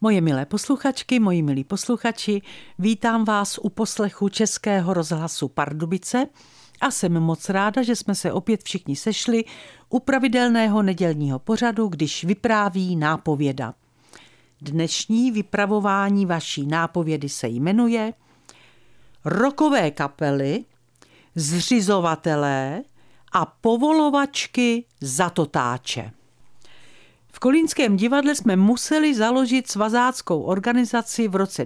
Moje milé posluchačky, moji milí posluchači, vítám vás u poslechu Českého rozhlasu Pardubice a jsem moc ráda, že jsme se opět všichni sešli u pravidelného nedělního pořadu, když vypráví nápověda. Dnešní vypravování vaší nápovědy se jmenuje Rockové kapely, zřizovatelé a povolovačky Zatotáče. V Kolínském divadle jsme museli založit svazáckou organizaci v roce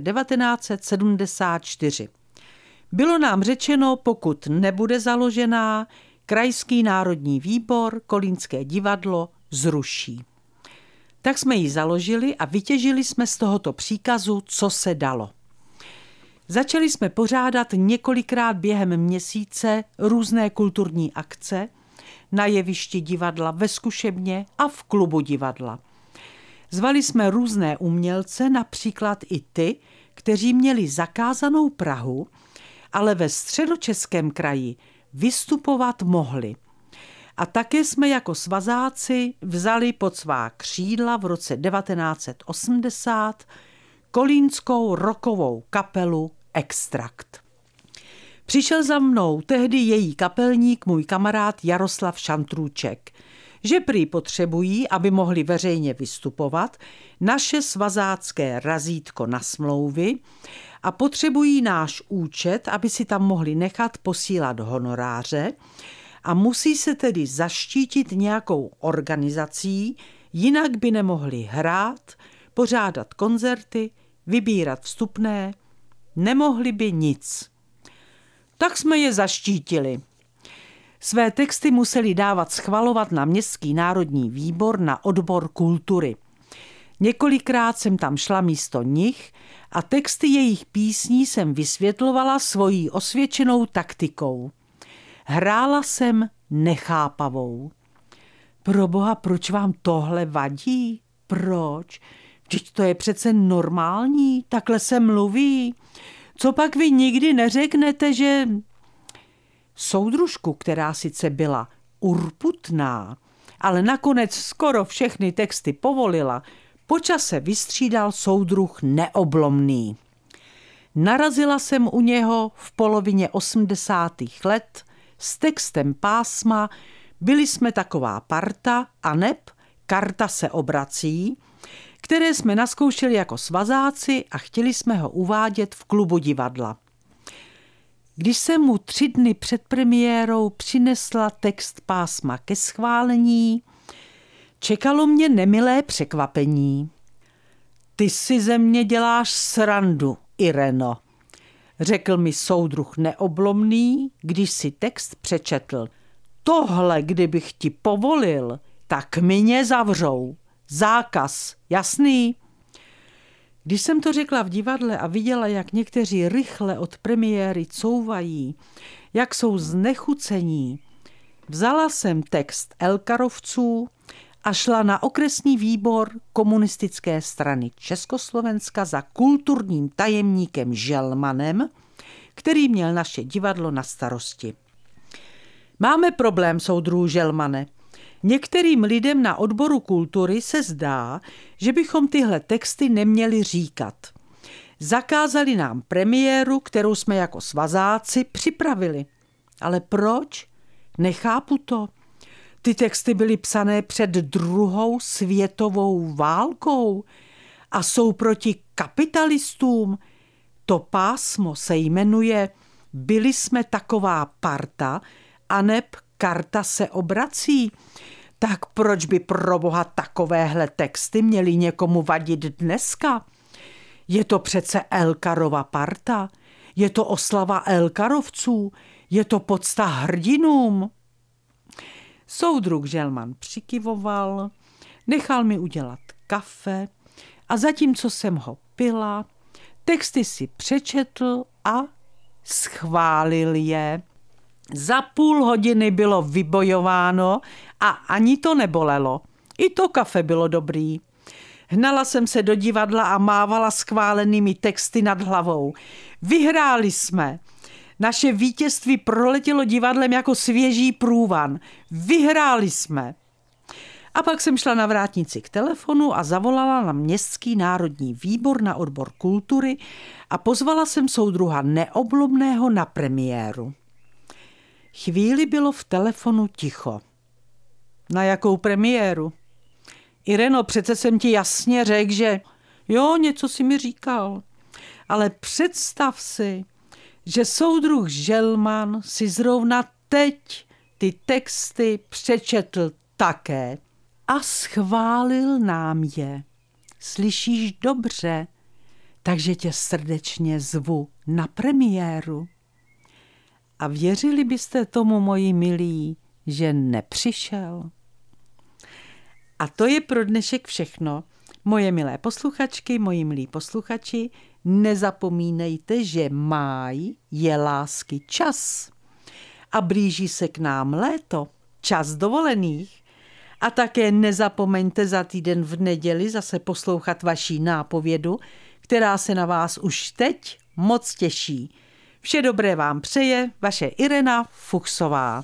1974. Bylo nám řečeno, pokud nebude založená, Krajský národní výbor Kolínské divadlo zruší. Tak jsme ji založili a vytěžili jsme z tohoto příkazu, co se dalo. Začali jsme pořádat několikrát během měsíce různé kulturní akce na jevišti divadla, ve zkušebně a v klubu divadla. Zvali jsme různé umělce, například i ty, kteří měli zakázanou Prahu, ale ve Středočeském kraji vystupovat mohli. A také jsme jako svazáci vzali pod svá křídla v roce 1980 kolínskou rockovou kapelu Extrakt. Přišel za mnou tehdy její kapelník, můj kamarád Jaroslav Šantrůček, že prý potřebují, aby mohli veřejně vystupovat, naše svazácké razítko na smlouvy a potřebují náš účet, aby si tam mohli nechat posílat honoráře a musí se tedy zaštítit nějakou organizací, jinak by nemohli hrát, pořádat koncerty, vybírat vstupné, nemohli by nic. Tak jsme je zaštítili. Své texty museli dávat schvalovat na Městský národní výbor na odbor kultury. Několikrát jsem tam šla místo nich a texty jejich písní jsem vysvětlovala svojí osvědčenou taktikou. Hrála jsem nechápavou. Proboha, proč vám tohle vadí? Proč? Vždyť to je přece normální, takhle se mluví. Co pak vy nikdy neřeknete, že soudružku, která sice byla urputná, ale nakonec skoro všechny texty povolila, po čase vystřídal soudruh Neoblomný. Narazila jsem u něho v polovině 80. let s textem pásma Byli jsme taková parta, aneb Karta se obrací, které jsme naskoušeli jako svazáci a chtěli jsme ho uvádět v klubu divadla. Když jsem mu 3 dny před premiérou přinesla text pásma ke schválení, čekalo mě nemilé překvapení. Ty si ze mě děláš srandu, Ireno, řekl mi soudruh Neoblomný, když si text přečetl. Tohle, kdybych ti povolil, tak mě zavřou. Zákaz, jasný? Když jsem to řekla v divadle a viděla, jak někteří rychle od premiéry couvají, jak jsou znechucení, vzala jsem text Elkarovců a šla na okresní výbor Komunistické strany Československa za kulturním tajemníkem Želmanem, který měl naše divadlo na starosti. Máme problém, soudruhu Želmane. Některým lidem na odboru kultury se zdá, že bychom tyhle texty neměli říkat. Zakázali nám premiéru, kterou jsme jako svazáci připravili. Ale proč? Nechápu to. Ty texty byly psané před 2. světovou válkou a jsou proti kapitalistům. To pásmo se jmenuje Byli jsme taková parta, aneb Karta se obrací. Tak proč by proboha takovéhle texty měly někomu vadit dneska? Je to přece Elkarova parta, je to oslava Elkarovců, je to pocta hrdinům. Soudruh Želman přikyvoval, nechal mi udělat kafe a zatímco jsem ho pila, texty si přečetl a schválil je. Za půl hodiny bylo vybojováno a ani to nebolelo. I to kafe bylo dobrý. Hnala jsem se do divadla a mávala schválenými texty nad hlavou. Vyhráli jsme. Naše vítězství proletělo divadlem jako svěží průvan. Vyhráli jsme. A pak jsem šla na vrátnici k telefonu a zavolala na Městský národní výbor na odbor kultury a pozvala jsem soudruha Neoblomného na premiéru. Chvíli bylo v telefonu ticho. Na jakou premiéru? Ireno, přece jsem ti jasně řekl, že jo, něco si mi říkal. Ale představ si, že soudruh Želman si zrovna teď ty texty přečetl také a schválil nám je. Slyšíš dobře, takže tě srdečně zvu na premiéru. A věřili byste tomu, moji milí, že nepřišel? A to je pro dnešek všechno. Moje milé posluchačky, moji milí posluchači, nezapomínejte, že máj je lásky čas. A blíží se k nám léto, čas dovolených. A také nezapomeňte za týden v neděli zase poslouchat vaší nápovědu, která se na vás už teď moc těší. Vše dobré vám přeje vaše Irena Fuchsová.